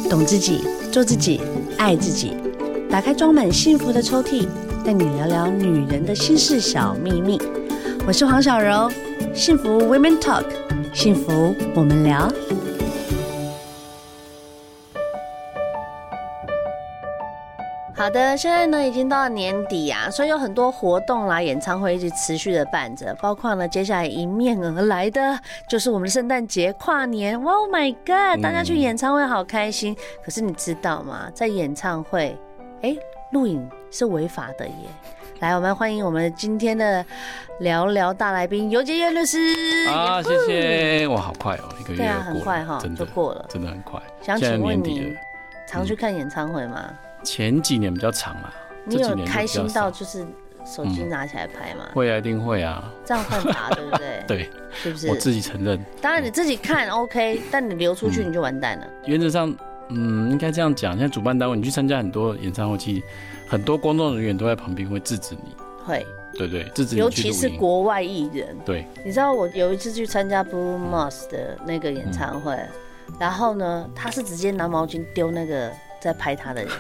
懂自己，做自己，爱自己。打开装满幸福的抽屉，带你聊聊女人的心事小秘密。我是黄小柔，幸福 Women Talk， 幸福我们聊。好的，现在呢已经到了年底啊，所以有很多活动啦、演唱会一直持续的办着，包括呢接下来迎面而来的就是我们的圣诞节、跨年。Oh my god， 大家去演唱会好开心。可是你知道吗？在演唱会，录影是违法的耶。来，我们欢迎我们今天的聊聊大来宾尤杰岳律师啊！谢谢，哇，好快哦，一个月对啊，很快哈，就过了， 真的很快。 想请问你，常去看演唱会吗？ 前几年比较长啊， 你有开心到就是手机拿起来拍吗？ 会啊，一定会啊。 这样犯法对不对？ 对， 是不是？ 我自己承认。 当然你自己看 OK， 但你流出去你就完蛋了。 原则上，应该这样讲。现在主办单位你去参加很多演唱会，其实很多工作人员都在旁边会制止你。 会， 对，制止你去录音。 尤其是国外艺人。 对， 你知道我有一次去参加 Blue Moss 的那个演唱会，然后呢，他是直接拿毛巾丢那个在拍他的人。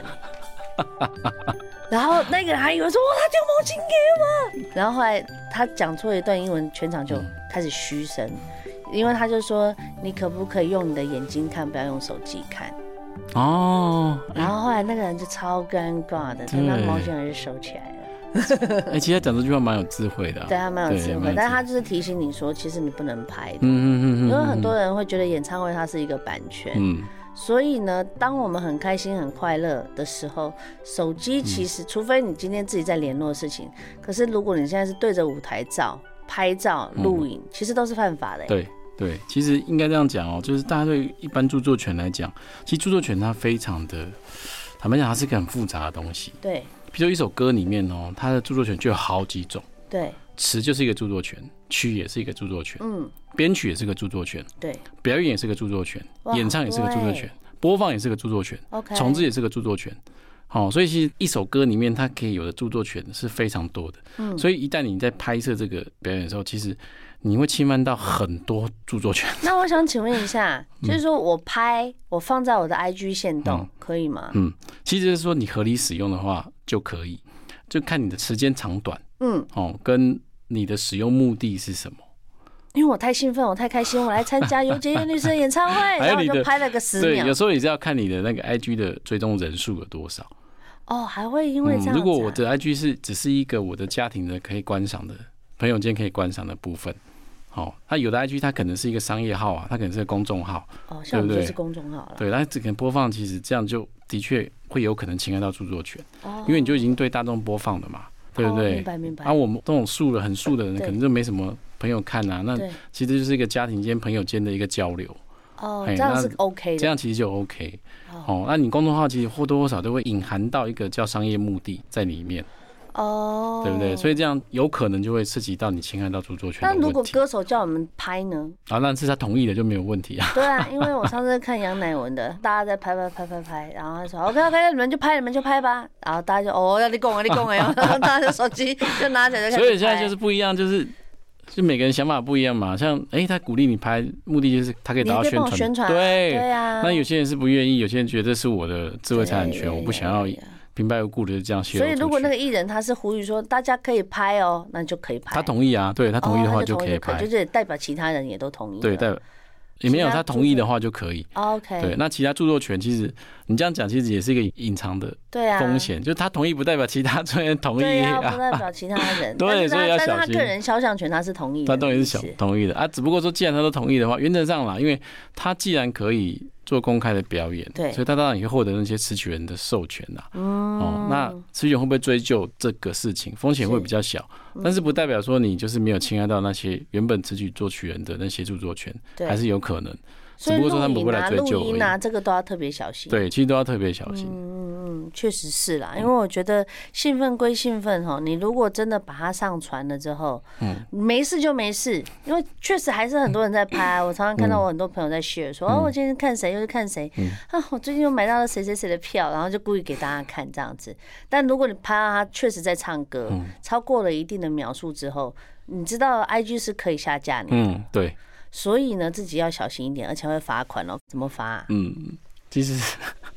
然后那个人还以为说，哇，他丢毛巾给我。然后后来他讲错一段英文，全场就开始嘘声，因为他就说，你可不可以用你的眼睛看，不要用手机看。哦。然后后来那个人就超尴尬的，他拿毛巾还是收起来了。 其实他讲这句话蛮有智慧的。 对，他蛮有智慧，但是他就是提醒你说，其实你不能拍的。因为很多人会觉得演唱会它是一个版权。所以呢，当我们很开心、很快乐的时候，手机其实，除非你今天自己在联络事情，可是如果你现在是对着舞台照、拍照、录影，其实都是犯法的。 对，其实应该这样讲哦，就是大家对一般著作权来讲，其实著作权它非常的，坦白讲，它是一个很复杂的东西。对，比如一首歌里面哦，它的著作权就有好几种。对，词就是一个著作权，曲也是一个著作权，编曲也是个著作权，对，表演也是个著作权，演唱也是个著作权，播放也是个著作权，重制也是个著作权。所以其实一首歌里面它可以有的著作权是非常多的。所以一旦你在拍摄这个表演的时候，其实你会侵犯到很多著作权。 那我想请问一下，就是说我拍我放在我的 IG 限动可以吗？ 其实就是说你合理使用的话就可以，就看你的时间长短。跟你的使用目的是什么？ 因为我太兴奋，我太开心，我来参加尤杰岳律师的演唱会，然后我就拍了个10秒。 对，有时候也是要看你的那个 IG 的追踪人数有多少。 还会因为这样子如果我的 IG 只是一个我的家庭的可以观赏的朋友间可以观赏的部分，它有的 IG 它可能是一个商业号啊，它可能是个公众号， 像我们就是公众号了。 对，它只可能播放，其实这样就的确会有可能侵害到著作权，因为你就已经对大众播放了嘛。对不对？ 明白。 我们这种很素的人，可能就没什么朋友看啊。那其实就是一个家庭间、朋友间的一个交流。 这样是 OK 的。 这样其实就 OK。那你公众号其实或多或少都会隐含到一个叫商业目的在里面。对不对？所以这样有可能就会涉及到你侵害到著作权的问题。 但如果歌手叫我们拍呢？ 那是他同意的就没有问题啊。 对啊，因为我上次看杨乃文的，大家在拍，然后他说 OK， 你们就拍吧。然后大家就你讲然后大家的手机就拿起来就开始拍。 所以现在就是不一样，就每个人想法不一样嘛。像他鼓励你拍，目的就是他可以达到宣传。对啊。那有些人是不愿意，有些人觉得这是我的智慧财产权，我不想要平白无故的这样泄露出去。 所以如果那个艺人他是呼吁说大家可以拍那就可以拍。 他同意啊，对他同意的话就可以拍， 就是代表其他人也都同意。 对，代表也没有他同意的话就可以。 OK。 对，那其他著作权其实你这样讲，其实也是一个隐藏的风险，就是他同意不代表其他人同意。 对啊，不代表其他人。 对，所以要小心。 但是他个人肖像权他是同意的。 他当然是同意的啊，只不过说既然他都同意的话，原则上啦，因为他既然可以做公开的表演，对，所以他当然也会获得那些词曲人的授权啦。那词曲人会不会追究这个事情？风险会比较小，但是不代表说你就是没有侵害到那些原本词曲作曲人的那些著作权，还是有可能。只不过说他们不会来追究而已。 录音这个都要特别小心。 对，其实都要特别小心。 确实是啦，因为我觉得兴奋归兴奋你如果真的把它上传了之后，没事就没事，因为确实还是很多人在拍。我常常看到我很多朋友在 share 说，我今天看谁又是看谁，我最近又买到了谁谁谁的票，然后就故意给大家看这样子。但如果你拍到他确实在唱歌，超过了一定的秒数之后，你知道 IG 是可以下架你的。所以呢，自己要小心一点，而且会罚款怎么罚？ 其实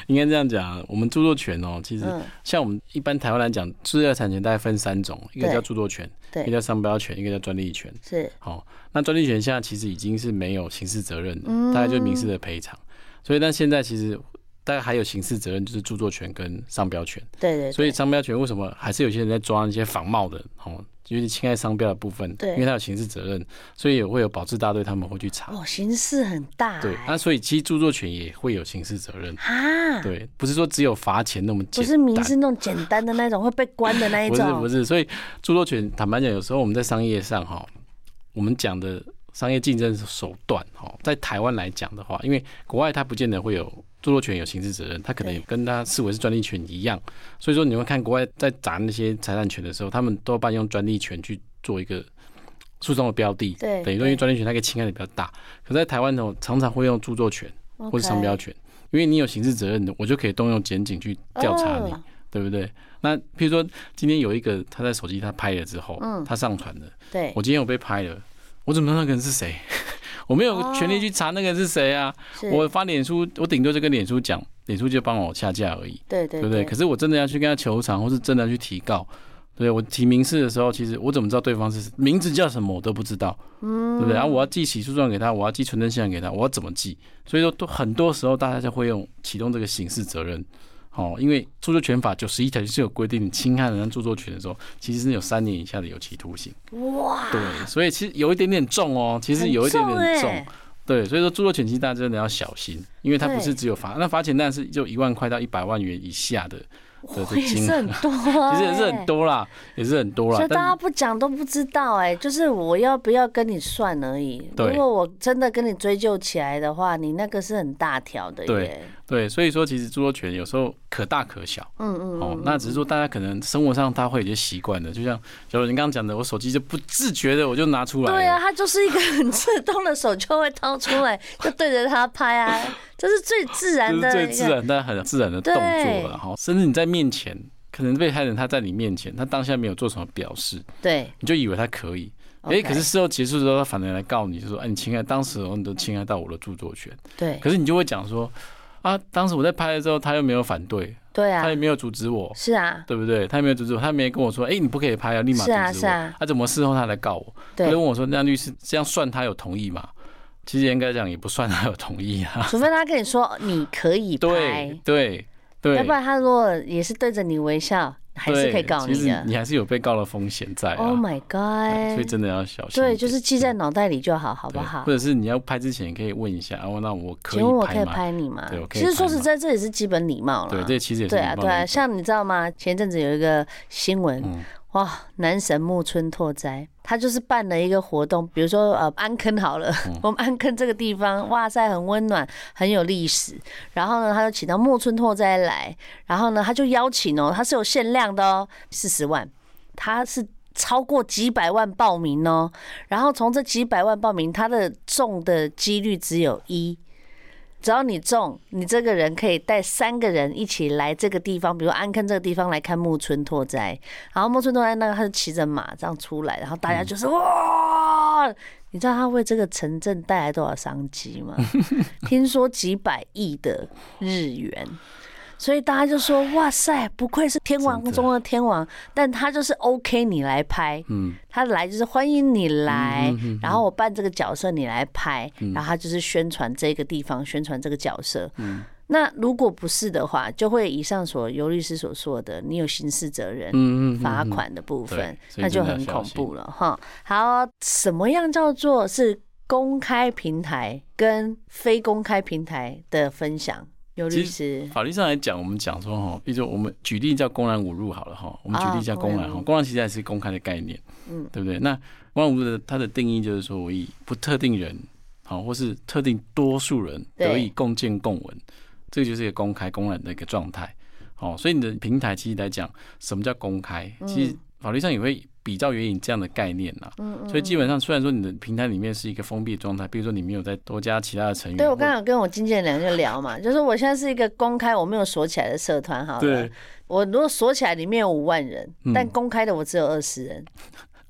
应该这样讲，我们著作权哦，其实像我们一般台湾来讲，知识产权大概分3种，一个叫著作权，一个叫商标权，一个叫专利权。 是， 好，那专利权现在其实已经是没有刑事责任的，大概就是民事的赔偿。所以，但现在其实大概还有刑事责任，就是著作权跟商标权。 对。 所以商标权为什么还是有些人在抓那些仿冒的哦？就是侵害商标的部分，因为它有刑事责任，所以也会有保质大队他们会去查。 刑事很大。 对，那所以其实著作权也会有刑事责任啊。对，不是说只有罚钱那么简单， 不是民事那种简单的那种会被关的那一种。 不是，所以著作权坦白讲，有时候我们在商业上哈，我们讲的商业竞争手段哈，在台湾来讲的话，因为国外它不见得会有著作权有刑事责任，它可能跟它视为是专利权一样，所以说你会看国外在砸那些财产权的时候，他们多半用专利权去做一个诉讼的标的， 对， 等于说因为专利权它可以侵害的比较大，可是在台湾呢，常常会用著作权或是商标权，因为你有刑事责任的，我就可以动用检警去调查你，对不对？那譬如说今天有一个他在手机他拍了之后，他上传了， 对， 我今天有被拍了，我怎么知道那个人是谁？我没有权利去查那个人是谁啊！我发脸书，我顶多就跟脸书讲，脸书就帮我下架而已，对不对？可是我真的要去跟他求偿，或是真的要去提告，对，我提民事的时候，其实我怎么知道对方是名字叫什么我都不知道，对不对？然后我要寄起诉状给他，我要寄存证信函给他，我要怎么寄？所以说，很多时候大家就会用启动这个刑事责任。因为著作权法91条是有规定，你侵害人家著作权的时候，其实是有3年以下的有期徒刑。哇！对，所以其实有一点点重哦，其实有一点点重。对，所以说著作权其实大家真的要小心，因为它不是只有罚，那罚钱当然是就1万块到100万元以下的金额， 很多， 其实也是很多啦，也是很多啦。 所以大家不讲都不知道就是我要不要跟你算而已。如果我真的跟你追究起来的话，你那个是很大条的耶。 对，所以说其实著作权有时候可大可小，那只是说大家可能生活上他会有些习惯的，就像假如你刚刚讲的，我手机就不自觉的我就拿出来了， 对啊，它就是一个很自动的手就会掏出来，就对着它拍啊，这是最自然的， 最自然但很自然的动作了哈。甚至你在面前，可能被害人他在你面前，他当下没有做什么表示，对，你就以为他可以。可是事后结束之后，他反而来告你，就说：“你侵害，当时你都侵害到我的著作权。”对。可是你就会讲说：“当时我在拍的时候，他又没有反对，对啊，他也没有阻止我，是啊，对不对？他也没有阻止我，他没跟我说，你不可以拍啊，立马阻止我。他怎么事后他来告我？他就问我说，那律师这样算他有同意吗？其实应该讲也不算他有同意啊， 除非他跟你说你可以拍， 对，要不然他如果也是对着你微笑。”还是可以告你的， 其实你还是有被告的风险在。 Oh my god！ 所以真的要小心。 对，就是记在脑袋里就好，好不好？ 或者是你要拍之前可以问一下，那我可以拍吗？ 请问我可以拍你吗？ 对， 其实说实在，这也是基本礼貌了。 对，这其实也是礼貌。 对啊，像你知道吗？前阵子有一个新闻，哇，男神木村拓哉，他就是办了一个活动，比如说安坑好了，我们安坑这个地方，哇塞，很温暖，很有历史。然后呢，他就请到木村拓哉来，然后呢，他就邀请他是有限量的40万，他是超过几百万报名然后从这几百万报名，他的中的几率只有1。只要你中，你这个人可以带3个人一起来这个地方，比如安坑这个地方来看木村拓哉。然后木村拓哉他是骑着马这样出来，然后大家就是哇，你知道他为这个城镇带来多少商机吗？听说几百亿的日元。所以大家就说哇塞，不愧是天王中的天王，但他就是 OK 你来拍，他来就是欢迎你来，然后我扮这个角色你来拍，然后他就是宣传这个地方，宣传这个角色。那如果不是的话，就会以上尤律师所说的，你有刑事责任、罚款的部分，那就很恐怖了哈。好，什么样叫做是公开平台跟非公开平台的分享？其实法律上来讲，我们讲说比如说我们举例叫公然侮辱好了我们举例叫公然公然其实还是公开的概念，对不对？那公然侮辱它的定义就是说，我以不特定人或是特定多数人得以共见共闻，这个就是一个公开公然的一个状态。所以你的平台其实来讲，什么叫公开？其实法律上也会比较援引这样的概念所以基本上虽然说你的平台里面是一个封闭的状态，比如说你没有再多加其他的成员。 对，我刚刚有跟我经纪人两个人聊嘛，就是我现在是一个公开我没有锁起来的社团好了，我如果锁起来里面有5万人，但公开的我只有20人，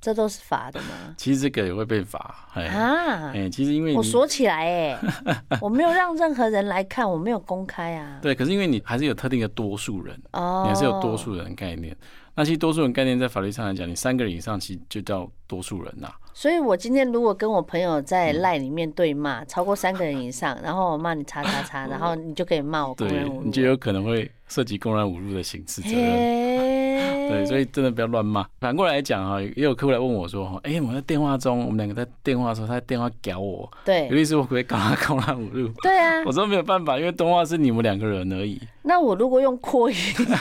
这都是罚的吗？ 其实这个也会被罚啊。其实因为我锁起来我没有让任何人来看，我没有公开啊。 对，可是因为你还是有特定的多数人，你还是有多数人概念。那其实多数人概念在法律上来讲，你3个人以上其实就叫多数人啦。 所以我今天如果跟我朋友在LINE里面对骂，超过3个人以上，然后我骂你叉叉叉，然后你就可以骂我公然侮辱， 你就有可能会涉及公然侮辱的刑事责任。对，所以真的不要乱骂。反过来讲啊，也有客户来问我说：“我在电话中，我们2个在电话的时候，他在电话搞我，对，有律师我可不可以告他公然侮辱？” 对啊， 我说没有办法，因为通话是你们2个人而已。 那我如果用扩音，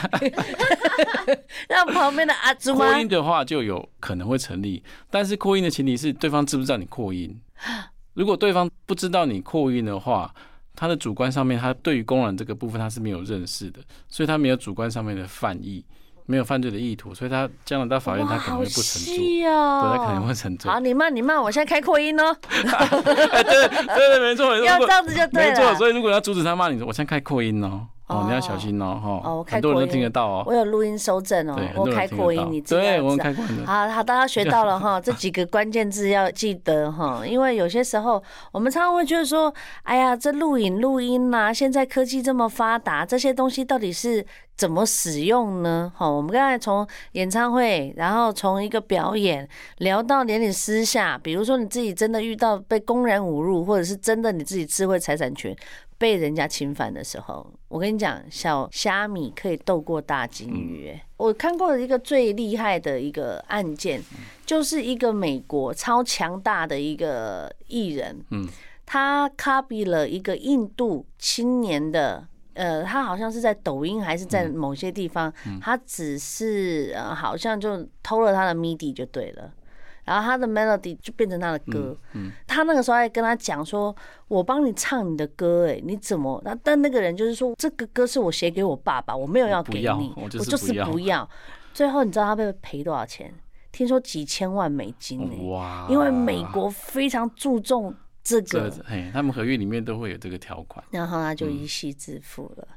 让旁边的阿祖妈扩音的话，就有可能会成立，但是扩音的前提是对方知不知道你扩音。如果对方不知道你扩音的话，他的主观上面，他对于公然这个部分他是没有认识的，所以他没有主观上面的犯意。没有犯罪的意图，所以他将来到法院，他可能会不成罪，对，他可能会成罪。 好，你骂，我现在开扩音哦。 对，没错， 要这样子就对了。 没错，所以如果要阻止他骂你，我现在开扩音哦。你要小心哦，很多人都听得到哦。 我有录音收证哦，我开扩音，你知道？ 对，我开扩音。 好，大家学到了哈，这几个关键字要记得哈，因为有些时候我们常常会觉得说，哎呀，这录音啊，现在科技这么发达，这些东西到底是怎么使用呢？我们刚才从演唱会，然后从一个表演聊到连你私下，比如说你自己真的遇到被公然侮辱，或者是真的你自己智慧财产权被人家侵犯的时候，我跟你讲，小虾米可以斗过大金鱼。我看过一个最厉害的一个案件，就是一个美国超强大的一个艺人，他 copy 了一个印度青年的。他好像是在抖音还是在某些地方，他只是好像就偷了他的 MIDI 就对了，然后他的 melody 就变成他的歌。他那个时候还跟他讲说：“我帮你唱你的歌，你怎么？”但那个人就是说：“这个歌是我写给我爸爸，我没有要给你，我就是不要。”最后你知道他被赔多少钱？听说几千万美金哇！因为美国非常注重。这个， 他们合约里面都会有这个条款， 然后他就一夕致富了。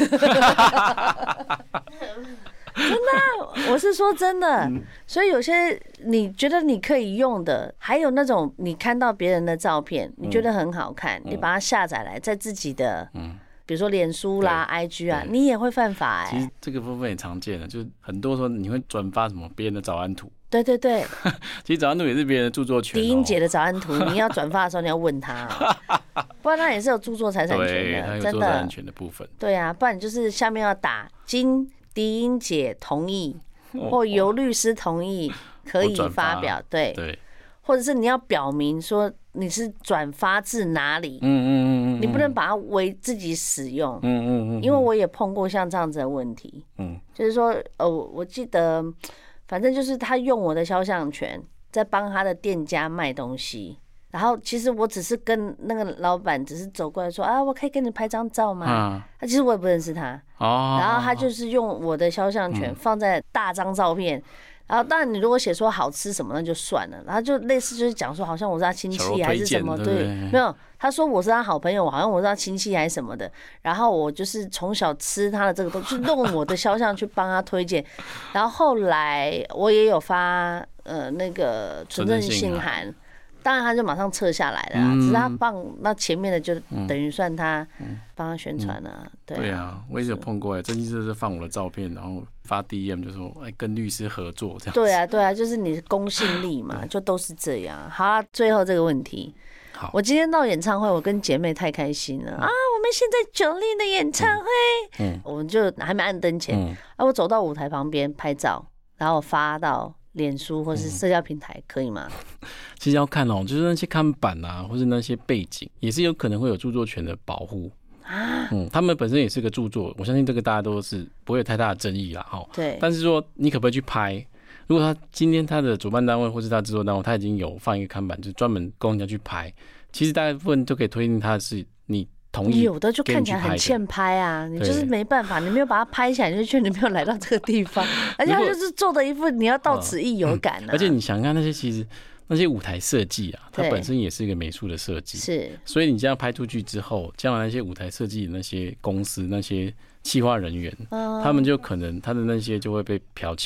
真的，我是说真的。所以有些你觉得你可以用的，还有那种你看到别人的照片，你觉得很好看，你把它下载来，在自己的比如说脸书啦、IG 啊，你也会犯法。 其实这个部分也常见的，就是很多时候你会转发什么别人的早安图。 对， 其实早安图也是别人的著作权。 迪英姐的早安图，你要转发的时候你要问他，不然他也是有著作财产权的， 真的。财产权的部分。 对啊，不然你就是下面要打经迪英姐同意或由律师同意可以发表，对，或者是你要表明说你是转发至哪里，你不能把它为自己使用，因为我也碰过像这样子的问题，就是说，我记得。反正就是他用我的肖像权在帮他的店家卖东西，然后其实我只是跟那个老板只是走过来说啊，我可以跟你拍张照吗？其实我也不认识他，然后他就是用我的肖像权放在大张照片，然后当然你如果写说好吃什么那就算了，然后就类似就是讲说好像我是他亲戚还是什么，对，没有，他说我是他好朋友，好像我是他亲戚还是什么的，然后我就是从小吃他的这个东西，就用我的肖像去帮他推荐，然后后来我也有发那个存证信函。当然，他就马上撤下来了，只是他帮那前面的就等于算他帮他宣传了。 对啊，我也有碰过，真心是放我的照片，然后发 DM 就说跟律师合作这样。 对啊，就是你的公信力嘛，就都是这样。好，最后这个问题，我今天到演唱会，我跟姐妹太开心了啊！我们现在9令的演唱会，我们就还没按灯前，我走到舞台旁边拍照，然后发到脸书或是社交平台，可以吗？ 其实要看就是那些看板啊，或是那些背景，也是有可能会有著作权的保护啊。他们本身也是个著作，我相信这个大家都是不会有太大的争议啦。对。但是说你可不可以去拍？如果他今天他的主办单位或是他制作单位，他已经有放一个看板，就是专门供人家去拍，其实大部分都可以推定他是你同意。 有的就看起来很欠拍啊，你就是没办法，你没有把它拍起来，你就觉得你没有来到这个地方，而且他就是做的一副你要到此一游感啊。 而且你想看那些其实。那些舞台设计啊，它本身也是一个美术的设计，是，所以你这样拍出去之后，将来那些舞台设计的那些公司、那些企划人员，他们就可能他的那些就会被剽窃，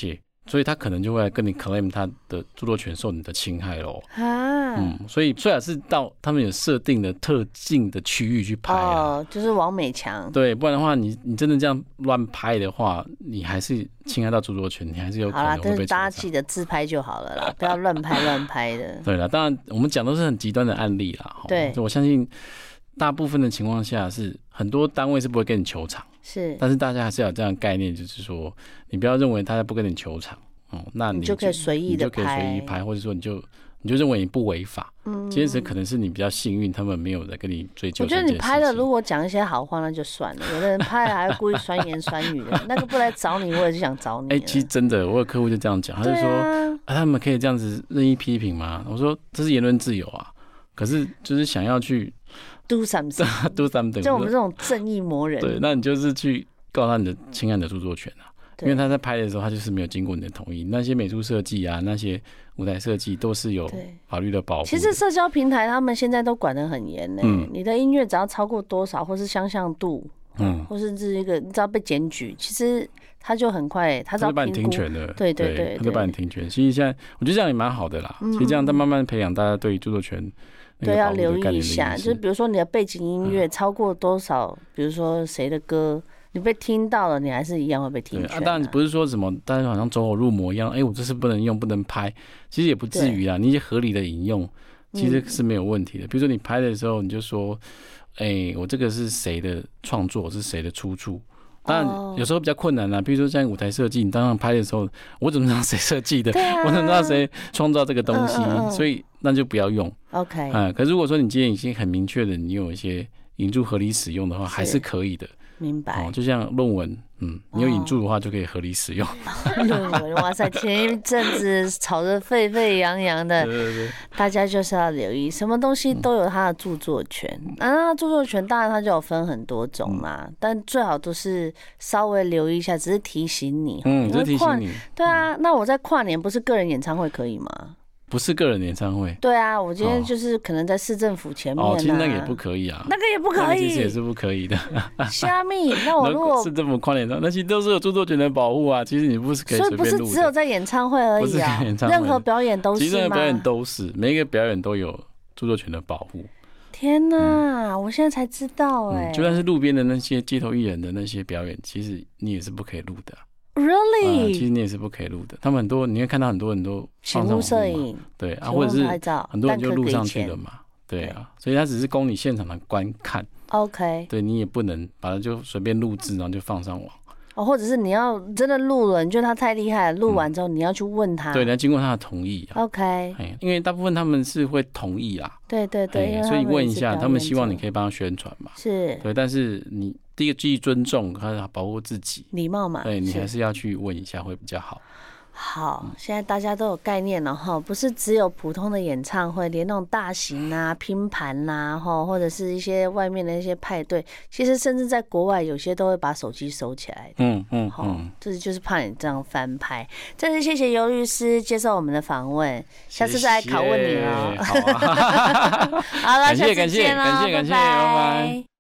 所以他可能就会来跟你 claim 他的著作权受你的侵害咯。所以最好是到他们有设定的特定的区域去拍就是王美强。 对，不然的话你真的这样乱拍的话，你还是侵害到著作权，你还是有可能会被但是大家记得自拍就好了啦，不要乱拍的。 对啦，当然我们讲都是很极端的案例啦。对，我相信大部分的情况下是很多单位是不会跟你求偿。是，但是大家还是要有这样的概念，就是说，你不要认为大家不跟你求偿，那你就可以随意的拍，或者说你就认为你不违法。其实可能是你比较幸运，他们没有在跟你追究。 我觉得你拍了，如果讲一些好话，那就算了。有的人拍了还会故意酸言酸语的，那个不来找你，我也是想找你。 其实真的，我有客户就这样讲，他就说，他们可以这样子任意批评吗？我说这是言论自由啊，可是就是想要去。 do something， 就我们这种正义魔人。 对，那你就是去告他你的侵害你的著作权啊，因为他在拍的时候，他就是没有经过你的同意。那些美术设计啊，那些舞台设计都是有法律的保护的。 其实社交平台他们现在都管得很严你的音乐只要超过多少，或是相像度，或是这一个，你只要被检举，其实他就很快，他只要把你停权了。 对， 他就把你停权。其实现在我觉得这样也蛮好的啦。其实这样，他慢慢培养大家对于著作权。 对，要留意一下，就是比如说你的背景音乐超过多少，比如说谁的歌，你被听到了，你还是一样会被停权。 当然不是说什么大家好像走火入魔一样，我这是不能用不能拍，其实也不至于啦。你一些合理的引用其实是没有问题的。比如说你拍的时候，你就说，我这个是谁的创作，是谁的出处。当然有时候比较困难啦，比如说像舞台设计，你当然拍的时候，我怎么知道谁设计的？我怎么知道谁创造这个东西？所以那就不要用。 OK， 可是如果说你今天已经很明确的，你有一些引注合理使用的话，还是可以的。 明白。 就像论文，你有引注的话就可以合理使用。 论文，哇塞，前一阵子吵得沸沸扬扬的，对，大家就是要留意，什么东西都有它的著作权。那著作权当然它就有分很多种啦，但最好都是稍微留意一下，只是提醒你。 只是提醒你。 对啊，那我在跨年不是个人演唱会可以吗？ 不是个人演唱会。 对啊，我今天就是可能在市政府前面其实那个也不可以啊。 那个也不可以， 其实也是不可以的。 虾米？那我如果市政府跨年唱，那其实都是有著作权的保护啊。其实你不是可以随便录的。 所以不是只有在演唱会而已啊，任何表演都是吗？ 其实任何表演都是，每一个表演都有著作权的保护。 天哪，我现在才知道就算是路边的那些街头艺人的那些表演，其实你也是不可以录的。 Really？ 其实你也是不可以录的。他们很多，你会看到很多人都放上摄影， 对啊，或者是很多人就录上去了嘛，对啊，所以他只是供你现场的观看。 OK， 对你也不能把它就随便录制，然后就放上网。 或者是你要真的录了，你觉得他太厉害了，录完之后你要去问他， 对，你要经过他的同意。 OK， 因为大部分他们是会同意啦。 对， 所以问一下，他们希望你可以帮他宣传嘛。 是， 对，但是你第一个基于尊重，还有保护自己， 礼貌嘛。 对，你还是要去问一下会比较好。 好，现在大家都有概念了哈，不是只有普通的演唱会，连那种大型啊、拼盘啦，或者是一些外面的一些派对，其实甚至在国外有些都会把手机收起来的。这就是怕你这样翻拍。这次谢谢尤律师接受我们的访问，下次再来拷问你哦。好了，下次见喽，拜拜。